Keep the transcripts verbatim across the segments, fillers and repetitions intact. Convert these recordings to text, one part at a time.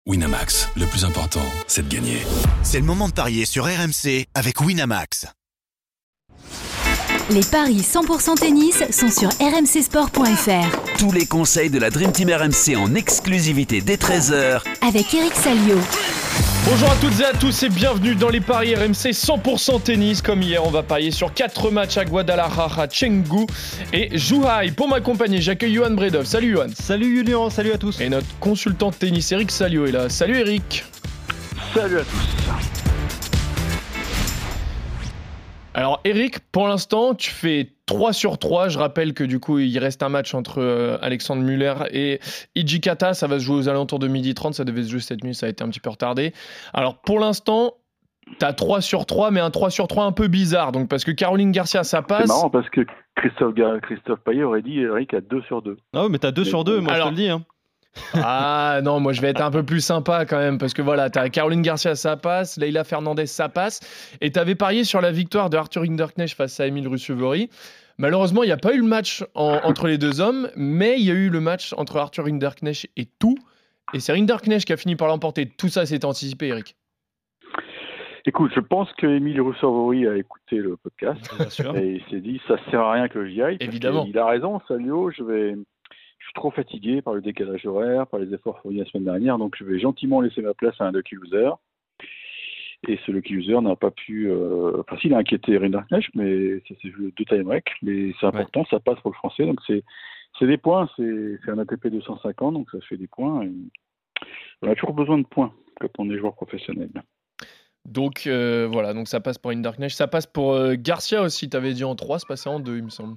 Winamax, le plus important, c'est de gagner. C'est le moment de parier sur R M C avec Winamax. Les paris cent pour cent tennis sont sur r m c sport point f r. Tous les conseils de la Dream Team R M C en exclusivité dès treize heures avec Eric Salio. Bonjour à toutes et à tous et bienvenue dans les paris R M C cent pour cent tennis. Comme hier, on va parier sur quatre matchs à Guadalajara, Chengdu et Zhuhai. Pour m'accompagner, j'accueille Johan Bredov. Salut Johan. Salut Julien, salut à tous. Et notre consultant de tennis Eric Salio est là. Salut Eric. Salut à tous. Alors Eric, pour l'instant, tu fais trois sur trois. Je rappelle que du coup, il reste un match entre euh, Alexandre Muller et Hijikata. Ça va se jouer aux alentours de midi trente. Ça devait se jouer cette nuit, ça a été un petit peu retardé. Alors pour l'instant, tu as trois sur trois, mais un trois sur trois un peu bizarre. Donc, parce que Caroline Garcia, ça passe. C'est marrant parce que Christophe, Christophe Payet aurait dit Eric a deux sur deux. Ah oui, mais tu as deux sur deux, moi Alors, je te le dis. Hein. Ah non, moi je vais être un peu plus sympa quand même, parce que voilà, t'as Caroline Garcia, ça passe, Leila Fernandez, ça passe, et t'avais parié sur la victoire de Arthur Hinderknecht face à Emile Ruusuvuori. Malheureusement, il n'y a pas eu le match en, entre les deux hommes, mais il y a eu le match entre Arthur Hinderknecht et tout, et c'est Hinderknecht qui a fini par l'emporter. Tout ça s'était anticipé, Eric. Écoute, je pense que Emile Ruusuvuori a écouté le podcast, bien sûr. Et il s'est dit, ça sert à rien que j'y aille. Évidemment. Il a raison, Salio, je vais... Je suis trop fatigué par le décalage horaire, par les efforts fournis la semaine dernière, donc je vais gentiment laisser ma place à un Lucky Loser. Et ce Lucky Loser n'a pas pu... Euh... Enfin, s'il a inquiété Hinderknecht, mais ça s'est joué deux time-break, mais c'est important, ouais. Ça passe pour le français, donc c'est, c'est des points, c'est... c'est un A T P deux cent cinquante, donc ça fait des points. Et... On a toujours besoin de points quand on est joueur professionnel. Donc euh, voilà, donc ça passe pour Hinderknecht, ça passe pour euh, Garcia aussi, t'avais dit en trois, c'est passé en deux, il me semble.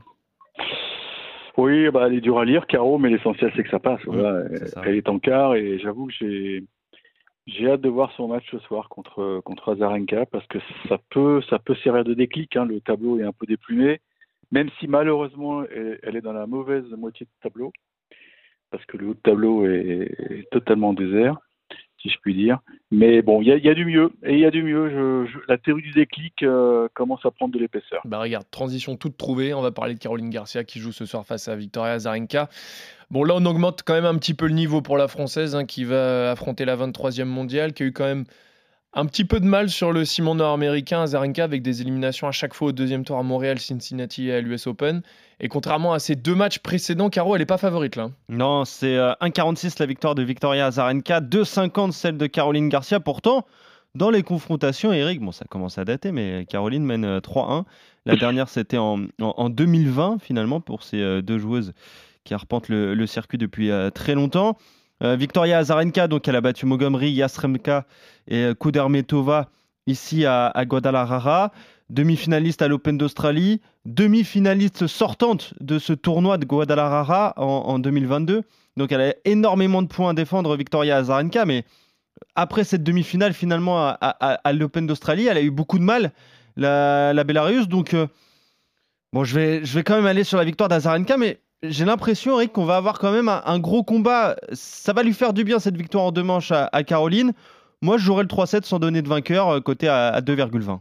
Oui, bah, elle est dure à lire, Caro, mais l'essentiel c'est que ça passe. Voilà. Oui, c'est ça. Elle est en quart et j'avoue que j'ai, j'ai hâte de voir son match ce soir contre, contre Azarenka parce que ça peut, ça peut servir de déclic. Hein. Le tableau est un peu déplumé, même si malheureusement elle, elle est dans la mauvaise moitié de tableau parce que le haut de tableau est, est totalement désert, si je puis dire. Mais bon, il y, y a du mieux. Et il y a du mieux. Je, je, la théorie du déclic euh, commence à prendre de l'épaisseur. Bah regarde, transition toute trouvée. On va parler de Caroline Garcia qui joue ce soir face à Victoria Azarenka. Bon, là, on augmente quand même un petit peu le niveau pour la Française hein, qui va affronter la vingt-troisième mondiale, qui a eu quand même un petit peu de mal sur le ciment nord-américain, Azarenka, avec des éliminations à chaque fois au deuxième tour à Montréal, Cincinnati et à l'U S Open. Et contrairement à ces deux matchs précédents, Caro, elle n'est pas favorite là. Non, c'est euh, un virgule quarante-six la victoire de Victoria Azarenka, deux virgule cinquante celle de Caroline Garcia. Pourtant, dans les confrontations, Eric, bon, ça commence à dater, mais Caroline mène euh, trois un. La dernière, c'était en, en, en deux mille vingt, finalement, pour ces euh, deux joueuses qui arpentent le, le circuit depuis euh, très longtemps. Euh, Victoria Azarenka, donc, elle a battu Montgomery, Yastremka et euh, Kudermetova ici à, à Guadalajara. Demi-finaliste à l'Open d'Australie, demi-finaliste sortante de ce tournoi de Guadalajara en, en deux mille vingt-deux. Donc elle a énormément de points à défendre, Victoria Azarenka, mais après cette demi-finale finalement à, à, à l'Open d'Australie, elle a eu beaucoup de mal, la, la Bélarusse. Donc euh, bon, je vais, je vais quand même aller sur la victoire d'Azarenka, mais j'ai l'impression, Eric, qu'on va avoir quand même un, un gros combat. Ça va lui faire du bien cette victoire en deux manches à, à Caroline. Moi, je jouerais le trois sept sans donner de vainqueur, côté à, à deux virgule vingt.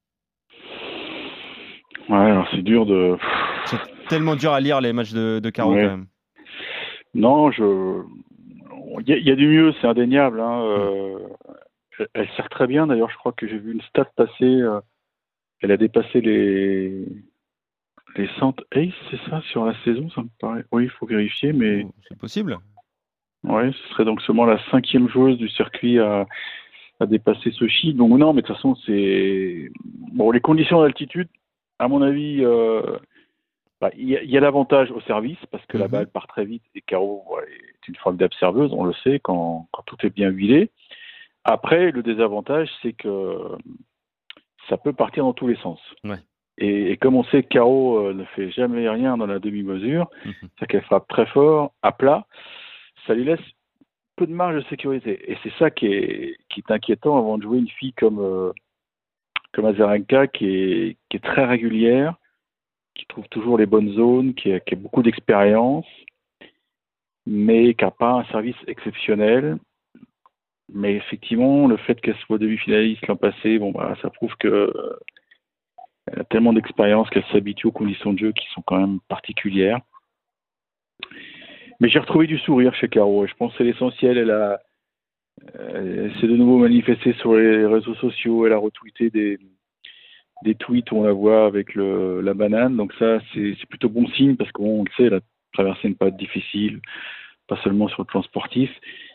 Ouais, alors c'est dur de... C'est tellement dur à lire les matchs de, de Caro ouais. Quand même. Non, je... Il y, a, il y a du mieux, c'est indéniable. Hein. Euh... Elle, elle sert très bien, d'ailleurs, je crois que j'ai vu une stat passer. Euh... Elle a dépassé les... les cent aces, c'est ça, sur la saison, ça me paraît. Oui, il faut vérifier, mais... Oh, c'est possible. Oui, ce serait donc seulement la cinquième joueuse du circuit à... à dépasser Sochi. Donc non, mais de toute façon, c'est... Bon, les conditions d'altitude, à mon avis, euh, bah, y, y a l'avantage au service, parce que mm-hmm. la balle part très vite, et Caro ouais, est une formidable serveuse, on le sait, quand, quand tout est bien huilé. Après, le désavantage, c'est que ça peut partir dans tous les sens. Ouais. Et, et comme on sait que Caro euh, ne fait jamais rien dans la demi-mesure, mm-hmm. c'est qu'elle frappe très fort, à plat, ça lui laisse peu de marge de sécurité. Et c'est ça qui est, qui est inquiétant avant de jouer une fille comme... Euh, comme Azarenka, qui est, qui est très régulière, qui trouve toujours les bonnes zones, qui a, qui a beaucoup d'expérience, mais qui n'a pas un service exceptionnel. Mais effectivement, le fait qu'elle soit demi-finaliste l'an passé, bon, bah, ça prouve qu'elle euh, a tellement d'expérience qu'elle s'habitue aux conditions de jeu qui sont quand même particulières. Mais j'ai retrouvé du sourire chez Caro, et je pense que c'est l'essentiel. Elle a, elle s'est de nouveau manifestée sur les réseaux sociaux. Elle a retweeté des, des tweets où on la voit avec le, la banane. Donc ça, c'est, c'est plutôt bon signe parce qu'on le sait, la traversée n'est pas difficile, pas seulement sur le plan sportif.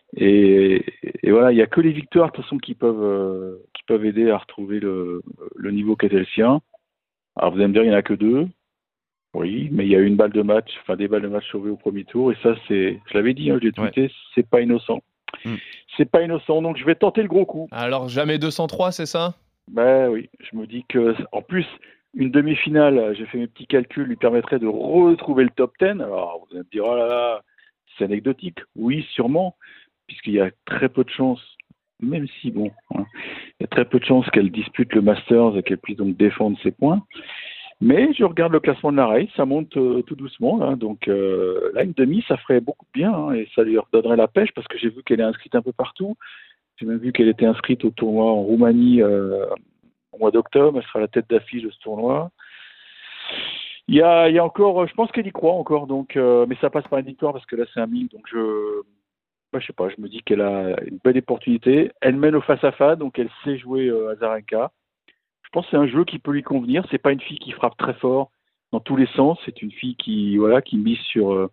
Et, et voilà, il n'y a que les victoires de toute façon qui peuvent, euh, qui peuvent aider à retrouver le, le niveau qu'était le sien. Alors vous allez me dire, il n'y en a que deux. Oui, mais il y a eu une balle de match, enfin des balles de match sauvées au premier tour. Et ça, c'est, je l'avais dit, hein, je l'ai tweeté, ouais. c'est pas innocent. Mm. C'est pas innocent, donc je vais tenter le gros coup. Alors jamais deux cent trois, c'est ça ? Ben oui, je me dis que, en plus, une demi-finale, j'ai fait mes petits calculs, lui permettrait de retrouver le top dix. Alors vous allez me dire, oh là là, c'est anecdotique. Oui, sûrement, puisqu'il y a très peu de chances, même si, bon, hein, il y a très peu de chances qu'elle dispute le Masters et qu'elle puisse donc défendre ses points. Mais je regarde le classement de la race, ça monte euh, tout doucement. Là, donc euh, là, une demi, ça ferait beaucoup de bien hein, et ça lui redonnerait la pêche parce que j'ai vu qu'elle est inscrite un peu partout. J'ai même vu qu'elle était inscrite au tournoi en Roumanie euh, au mois d'octobre. Elle sera la tête d'affiche de ce tournoi. Il y a, il y a encore, je pense qu'elle y croit encore, donc, euh, mais ça passe par une victoire parce que là, c'est un mille. Donc je, bah, je sais pas, je me dis qu'elle a une belle opportunité. Elle mène au face-à-face, donc elle sait jouer euh, Azarenka. Je pense que c'est un jeu qui peut lui convenir. C'est pas une fille qui frappe très fort dans tous les sens. C'est une fille qui, voilà, qui mise sur euh,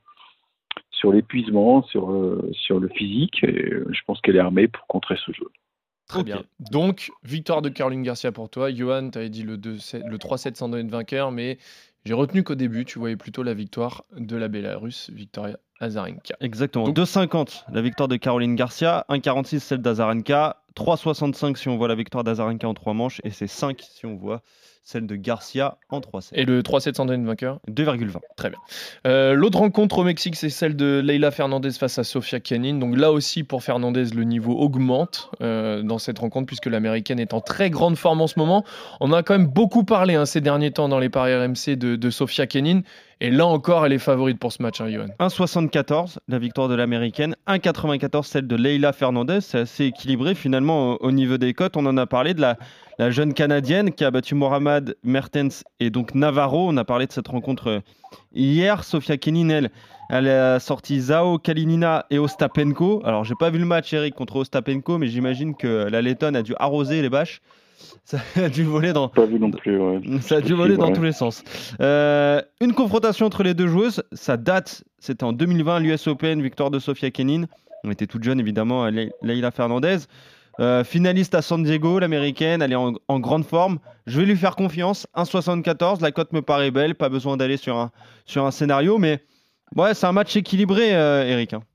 sur l'épuisement, sur euh, sur le physique. Et euh, je pense qu'elle est armée pour contrer ce jeu. Très okay. bien. Donc victoire de Caroline Garcia pour toi. Johan, tu avais dit le, le trois sept sans donner de vainqueur, mais j'ai retenu qu'au début, tu voyais plutôt la victoire de la Bélarusse, Victoria Azarenka. Exactement. Donc, deux cinquante la victoire de Caroline Garcia, un quarante-six celle d'Azarenka, trois soixante-cinq si on voit la victoire d'Azarenka en trois manches et c'est cinq si on voit celle de Garcia en trois sept. Et le trois sept sans donner de vainqueur ? deux virgule vingt. Très bien. Euh, l'autre rencontre au Mexique, c'est celle de Leylah Fernandez face à Sofia Kenin. Donc là aussi, pour Fernandez, le niveau augmente euh, dans cette rencontre puisque l'américaine est en très grande forme en ce moment. On a quand même beaucoup parlé hein, ces derniers temps dans les paris R M C de, de Sofia Kenin. Et là encore, elle est favorite pour ce match, hein, Johan. un soixante-quatorze la victoire de l'américaine, un quatre-vingt-quatorze celle de Leylah Fernandez. C'est assez équilibré finalement au, au niveau des cotes. On en a parlé de la, la jeune canadienne qui a battu Mohamed Mertens et donc Navarro. On a parlé de cette rencontre hier. Sofia Kenin, elle, elle a sorti Zhao, Kalinina et Ostapenko. Alors, j'ai pas vu le match, Eric, contre Ostapenko, mais j'imagine que la Lettonne a dû arroser les bâches. Ça a dû voler dans. Pas vu non plus, ouais. Ça a dû voler dans ouais. tous les sens. Euh, une confrontation entre les deux joueuses, ça date, c'était en deux mille vingt, l'U S Open, victoire de Sofia Kenin. On était toute jeune évidemment, Le- Leylah Fernandez. Euh, finaliste à San Diego, l'américaine, elle est en, en grande forme. Je vais lui faire confiance. un soixante-quatorze, la cote me paraît belle, pas besoin d'aller sur un, sur un scénario, mais ouais, c'est un match équilibré, euh, Eric. Hein.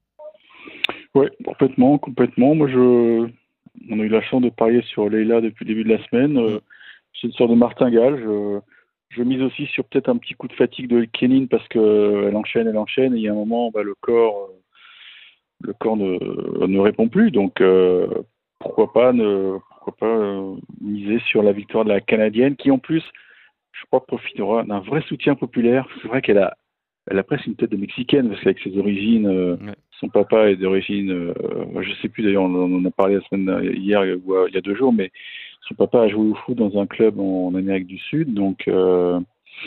Ouais, complètement, complètement. Moi, je. On a eu la chance de parier sur Leylah depuis le début de la semaine. Euh, c'est une sorte de martingale. Je, je mise aussi sur peut-être un petit coup de fatigue de Kenin parce qu'elle enchaîne, elle enchaîne. Et il y a un moment, bah, le corps, le corps ne, ne répond plus. Donc, euh, pourquoi pas, ne, pourquoi pas euh, miser sur la victoire de la Canadienne qui, en plus, je crois, profitera d'un vrai soutien populaire. C'est vrai qu'elle a, elle a presque une tête de Mexicaine parce qu'avec ses origines... Euh, ouais. Son papa est d'origine, euh, je ne sais plus d'ailleurs, on en a parlé la semaine hier ou il y a deux jours, mais son papa a joué au foot dans un club en, en Amérique du Sud, donc euh,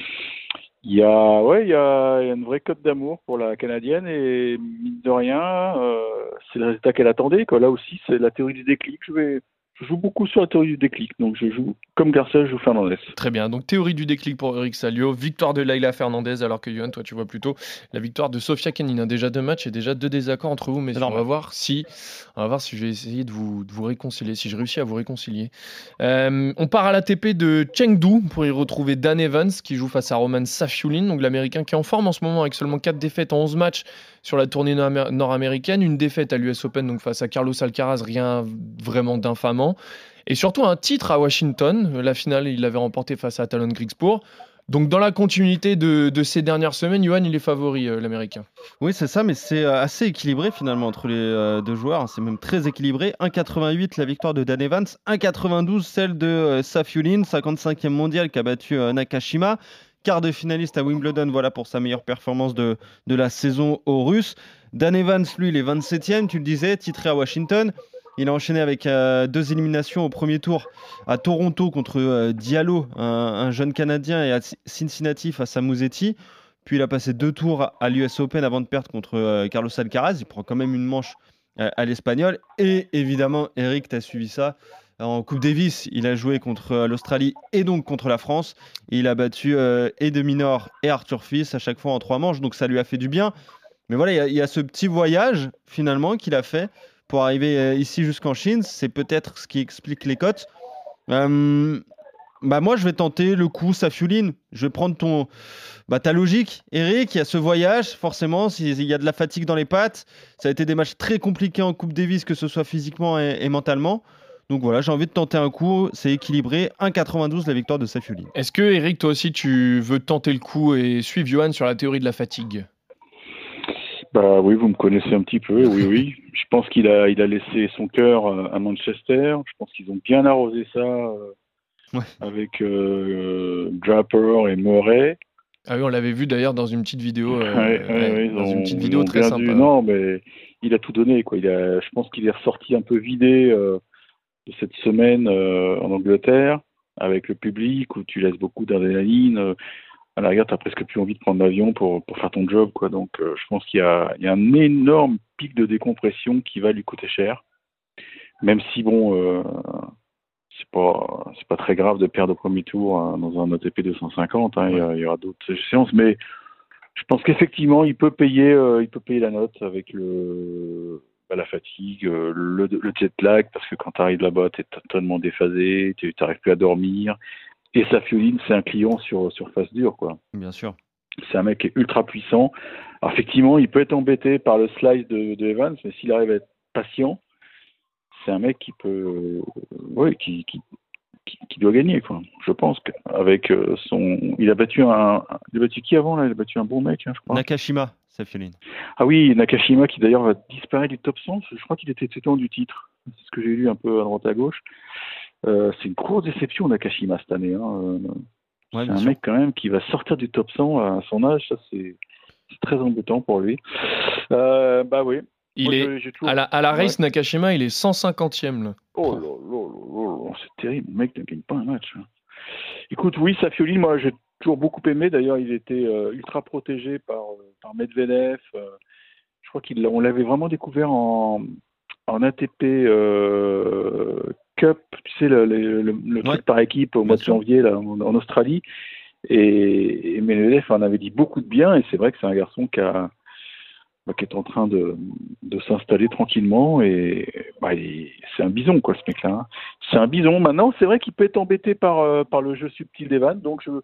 il y a, ouais, il y a, il y a une vraie cote d'amour pour la Canadienne et mine de rien, euh, c'est le résultat qu'elle attendait. Quoi. Là aussi, c'est la théorie du déclic. Je vais, je joue beaucoup sur la théorie du déclic, donc je joue comme Garcia, je joue Fernandez. Très bien, donc théorie du déclic pour Eric Salio, victoire de Leylah Fernandez, alors que Johan, toi tu vois plutôt la victoire de Sofia Kenin. Déjà deux matchs et déjà deux désaccords entre vous, mais on va voir si, on va voir si je vais essayer de vous, de vous réconcilier, si je réussis à vous réconcilier. Euh, on part à l'A T P de Chengdu pour y retrouver Dan Evans qui joue face à Roman Safiullin, donc l'Américain qui est en forme en ce moment avec seulement quatre défaites en onze matchs sur la tournée nord-américaine, une défaite à l'U S Open donc face à Carlos Alcaraz, rien vraiment d'infamant. Et surtout un titre à Washington. La finale, il l'avait remporté face à Talon Grigspor. Donc dans la continuité de, de ces dernières semaines, Johan, il est favori, euh, l'Américain. Oui, c'est ça, mais c'est assez équilibré finalement entre les euh, deux joueurs. C'est même très équilibré. un quatre-vingt-huit la victoire de Dan Evans, un quatre-vingt-douze celle de euh, Safiullin, cinquante-cinquième mondial qui a battu euh, Nakashima. Quart de finaliste à Wimbledon, voilà pour sa meilleure performance de, de la saison aux Russes. Dan Evans, lui, il est vingt-septième, tu le disais, titré à Washington. Il a enchaîné avec euh, deux éliminations au premier tour à Toronto contre euh, Diallo, un, un jeune Canadien, et à Cincinnati face à Musetti. Puis il a passé deux tours à l'U S Open avant de perdre contre euh, Carlos Alcaraz. Il prend quand même une manche à, à l'Espagnol. Et évidemment, Eric, tu as suivi ça. En Coupe Davis, il a joué contre l'Australie et donc contre la France. Et il a battu euh, et De Minaur et Arthur Fils à chaque fois en trois manches. Donc ça lui a fait du bien. Mais voilà, il y, y a ce petit voyage finalement qu'il a fait pour arriver euh, ici jusqu'en Chine. C'est peut-être ce qui explique les cotes. Euh, bah moi, je vais tenter le coup Safiuline. Je vais prendre ton, bah, ta logique, Eric. Il y a ce voyage, forcément. Il y a de la fatigue dans les pattes. Ça a été des matchs très compliqués en Coupe Davis, que ce soit physiquement et, et mentalement. Donc voilà, j'ai envie de tenter un coup. C'est équilibré. un virgule quatre-vingt-douze la victoire de Safiuline. Est-ce que, Eric, toi aussi, tu veux tenter le coup et suivre Johan sur la théorie de la fatigue ? Bah oui, vous me connaissez un petit peu, oui, oui. Je pense qu'il a, il a laissé son cœur à Manchester. Je pense qu'ils ont bien arrosé ça euh, ouais. avec euh, Draper et Murray. Ah oui, on l'avait vu d'ailleurs dans une petite vidéo, euh, ouais, ouais, ouais, dans ont, une petite vidéo très sympa. Dû, non, mais il a tout donné, quoi. Il a, je pense qu'il est ressorti un peu vidé euh, de cette semaine euh, en Angleterre avec le public où tu laisses beaucoup d'adrénaline. Euh, à la rigueur, tu n'as presque plus envie de prendre l'avion pour, pour faire ton job, quoi. Donc, euh, je pense qu'il y a, il y a un énorme pic de décompression qui va lui coûter cher. Même si, bon, euh, c'est pas, c'est pas très grave de perdre au premier tour hein, dans un A T P deux cent cinquante. Hein, ouais. Il y aura d'autres séances, mais je pense qu'effectivement, il peut payer, euh, il peut payer la note avec le, bah, la fatigue, le, le jet lag, parce que quand tu arrives là-bas, tu es totalement déphasé, tu n'arrives plus à dormir. Et Safiuline, c'est un client sur, sur face dure, quoi. Bien sûr. C'est un mec qui est ultra puissant. Alors, effectivement, il peut être embêté par le slice de, de Evans, mais s'il arrive à être patient, c'est un mec qui peut, euh, ouais, qui, qui, qui, qui doit gagner, quoi. Je pense qu'avec euh, son, il a battu un, il a battu qui avant là? Il a battu un bon mec, hein, je crois. Nakashima, Safiuline. Ah oui, Nakashima qui d'ailleurs va disparaître du top cent. Je crois qu'il était tenant du titre. C'est ce que j'ai lu un peu à droite à gauche. Euh, c'est une grosse déception Nakashima cette année. Hein. Euh, ouais, c'est un sûr. mec quand même qui va sortir du top cent à son âge. Ça c'est, c'est très embêtant pour lui. Euh, bah oui. Il Moi, est j'ai toujours... à la, à la race ouais. Nakashima, il est cent cinquantième là. Oh là là là là, c'est terrible. Le mec ne gagne pas un match. Hein. Écoute, oui, Safiuline, moi j'ai toujours beaucoup aimé. D'ailleurs, il était euh, ultra protégé par par Medvedev. Euh, je crois qu'on l'avait vraiment découvert en en A T P euh, Cup, tu sais, le, le, le, le truc ouais. par équipe au mois de janvier là, en, en Australie. Et, et Medvedev en avait dit beaucoup de bien, et c'est vrai que c'est un garçon qui, a, bah, qui est en train de, de s'installer tranquillement, et bah, il, c'est un bison, quoi, ce mec-là. Hein. C'est un bison. Maintenant, c'est vrai qu'il peut être embêté par, euh, par le jeu subtil d'Evan, donc je,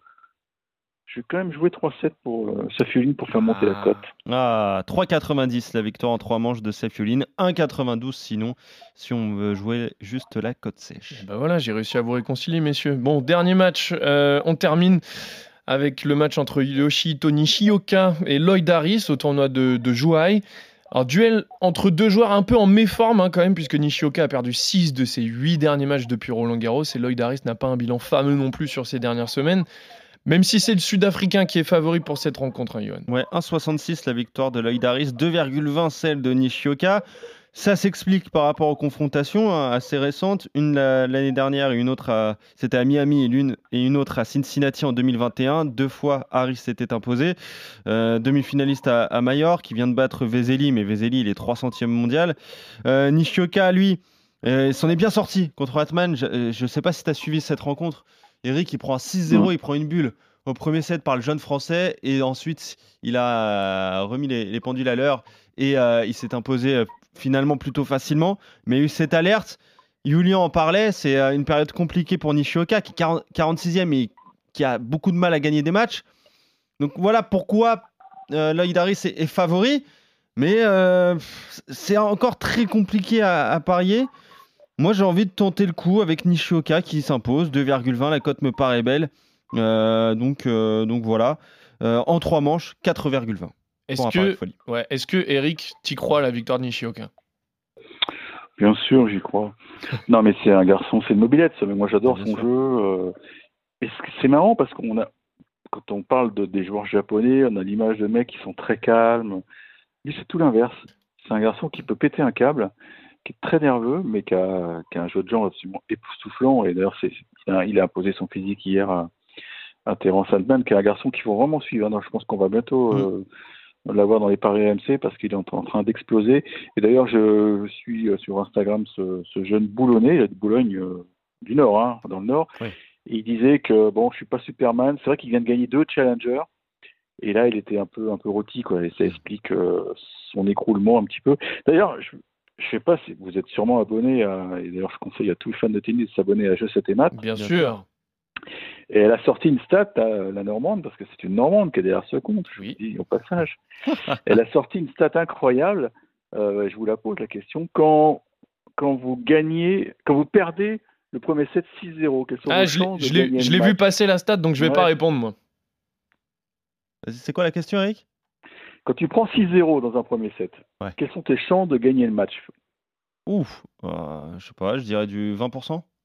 je vais quand même jouer trois sept pour euh, Safiuline pour faire monter ah. la cote. Ah, trois virgule quatre-vingt-dix la victoire en trois manches de Safiuline, un virgule quatre-vingt-douze sinon, si on veut jouer juste la cote sèche. Ben voilà, j'ai réussi à vous réconcilier, messieurs. Bon, dernier match, euh, on termine avec le match entre Yoshihito Nishioka et Lloyd Harris au tournoi de, de Zhuhai. Alors, duel entre deux joueurs un peu en méforme hein, quand même, puisque Nishioka a perdu six de ses huit derniers matchs depuis Roland-Garros, et Lloyd Harris n'a pas un bilan fameux non plus sur ces dernières semaines. Même si c'est le Sud-Africain qui est favori pour cette rencontre, hein, Johan. Ouais, un virgule soixante-six la victoire de Lloyd Harris, deux virgule vingt celle de Nishioka. Ça s'explique par rapport aux confrontations hein, assez récentes. Une la, l'année dernière et une autre, à, c'était à Miami et, l'une, et une autre à Cincinnati en deux mille vingt et un. Deux fois, Harris s'était imposé. Euh, demi-finaliste à, à Majorque, qui vient de battre Vesely, mais Vesely, il est trois centième mondial. Euh, Nishioka, lui, euh, s'en est bien sorti contre Hatman. Je ne sais pas si tu as suivi cette rencontre. Eric, il prend un six zéro, mmh. il prend une bulle au premier set par le jeune français et ensuite il a remis les, les pendules à l'heure et euh, il s'est imposé euh, finalement plutôt facilement. Mais il y a eu cette alerte, Julien en parlait, c'est euh, une période compliquée pour Nishioka qui est quarante-sixième et qui a beaucoup de mal à gagner des matchs. Donc voilà pourquoi euh, Lloyd Harris est, est favori, mais euh, c'est encore très compliqué à, à parier. Moi, j'ai envie de tenter le coup avec Nishioka qui s'impose. deux virgule vingt, la cote me paraît belle. Euh, donc, euh, donc voilà. Euh, en trois manches, quatre virgule vingt. Est-ce que, ouais, est-ce que, Eric, t'y crois à la victoire de Nishioka ? Bien sûr, j'y crois. Non, mais c'est un garçon, c'est une mobilette, ça. Mais moi, j'adore Bien son sûr. jeu. Euh... Et c'est marrant parce qu'on a, quand on parle de, des joueurs japonais, on a l'image de mecs qui sont très calmes. Lui, c'est tout l'inverse. C'est un garçon qui peut péter un câble, qui est très nerveux, mais qui a, qui a un jeu de jambes absolument époustouflant. Et d'ailleurs, c'est, il, a, il a imposé son physique hier à, à Terence Altman, qui est un garçon qu'il faut vraiment suivre. Non, je pense qu'on va bientôt euh, de l'avoir dans les paris R M C parce qu'il est en, en train d'exploser. Et d'ailleurs, je, je suis sur Instagram ce, ce jeune Boulonnais, il est de Boulogne euh, du Nord, hein, dans le Nord. Oui. Et il disait que bon, je suis pas Superman. C'est vrai qu'il vient de gagner deux challengers. Et là, il était un peu un peu rôti, quoi. Et ça explique euh, son écroulement un petit peu. D'ailleurs, je je sais pas si vous êtes sûrement abonné à, et d'ailleurs je conseille à tous les fans de tennis de s'abonner à Jeux sept et Maths. Bien sûr. Et elle a sorti une stat, la Normande, parce que c'est une Normande qui est derrière ce compte, je Oui. vous dis au passage. Elle a sorti une stat incroyable, euh, je vous la pose la question, quand, quand vous gagnez, quand vous perdez le premier set six zéro, quelles sont Ah, vos je l'ai, chances de je l'ai, gagner je le l'ai vu match? passer la stat, donc je vais Ouais. pas répondre, moi. Vas-y, c'est quoi la question, Eric? Quand tu prends six zéro dans un premier set, Ouais. quelles sont tes chances de gagner le match? Ouf, euh, je sais pas, je dirais du vingt pour cent.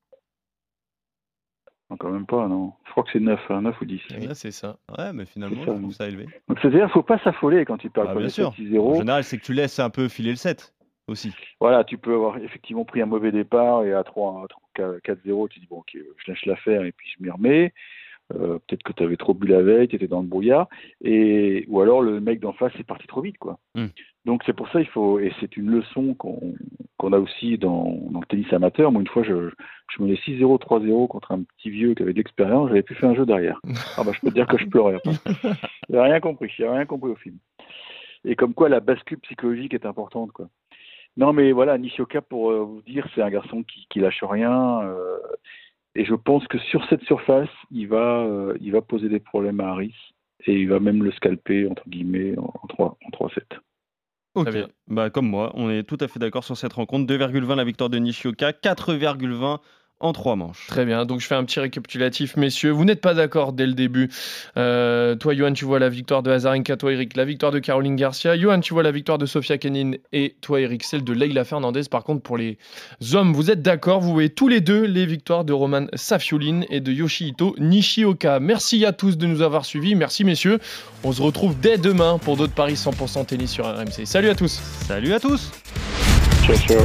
Non, quand même pas, non. Je crois que c'est neuf, hein, neuf ou dix. Et là, c'est ça. Ouais, mais finalement, C'est je ça, trouve oui. ça élevé. Donc c'est-à-dire qu'il faut pas s'affoler quand tu perds Ah, le bien premier sûr. set six En zéro. général, c'est que tu laisses un peu filer le set aussi. Voilà, tu peux avoir effectivement pris un mauvais départ et à trois, quatre zéro, tu dis bon, ok, je lâche l'affaire et puis je m'y remets. Euh, peut-être que tu avais trop bu la veille, tu étais dans le brouillard, et ou alors le mec d'en face est parti trop vite, quoi. Mm. Donc c'est pour ça il faut, et c'est une leçon qu'on, qu'on a aussi dans, dans le tennis amateur. Moi une fois je, je menais six zéro, trois zéro contre un petit vieux qui avait de l'expérience, j'avais pu faire un jeu derrière. Ah bah je peux te dire que je pleurais après. J'avais rien compris, j'avais rien compris au film. Et comme quoi la bascule psychologique est importante, quoi. Non mais voilà, Nishioka, pour euh, vous dire, c'est un garçon qui, qui lâche rien. Euh, Et je pense que sur cette surface, il va, euh, il va poser des problèmes à Harris et il va même le scalper, entre guillemets, en trois sept. Ok, Très bien. bah, comme moi, on est tout à fait d'accord sur cette rencontre. deux virgule vingt la victoire de Nishioka, quatre virgule vingt en trois manches. Très bien, donc je fais un petit récapitulatif, messieurs. Vous n'êtes pas d'accord dès le début. Euh, toi, Johan, tu vois la victoire de Azarenka, toi, Eric, la victoire de Caroline Garcia. Johan, tu vois la victoire de Sofia Kenin et toi, Eric, celle de Leila Fernandez. Par contre, pour les hommes, vous êtes d'accord. Vous voyez tous les deux les victoires de Roman Safiullin et de Yoshihito Nishioka. Merci à tous de nous avoir suivis. Merci, messieurs. On se retrouve dès demain pour d'autres paris cent pour cent tennis sur R M C. Salut à tous. Salut à tous. Ciao, ciao.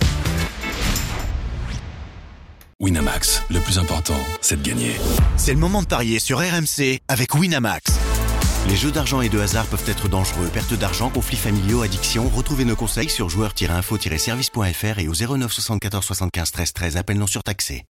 Winamax, le plus important, c'est de gagner. C'est le moment de parier sur R M C avec Winamax. Les jeux d'argent et de hasard peuvent être dangereux. Perte d'argent, conflits familiaux, addiction. Retrouvez nos conseils sur joueurs tiret info tiret service point f r et au zéro neuf soixante-quatorze soixante-quinze treize treize. Appel non surtaxé.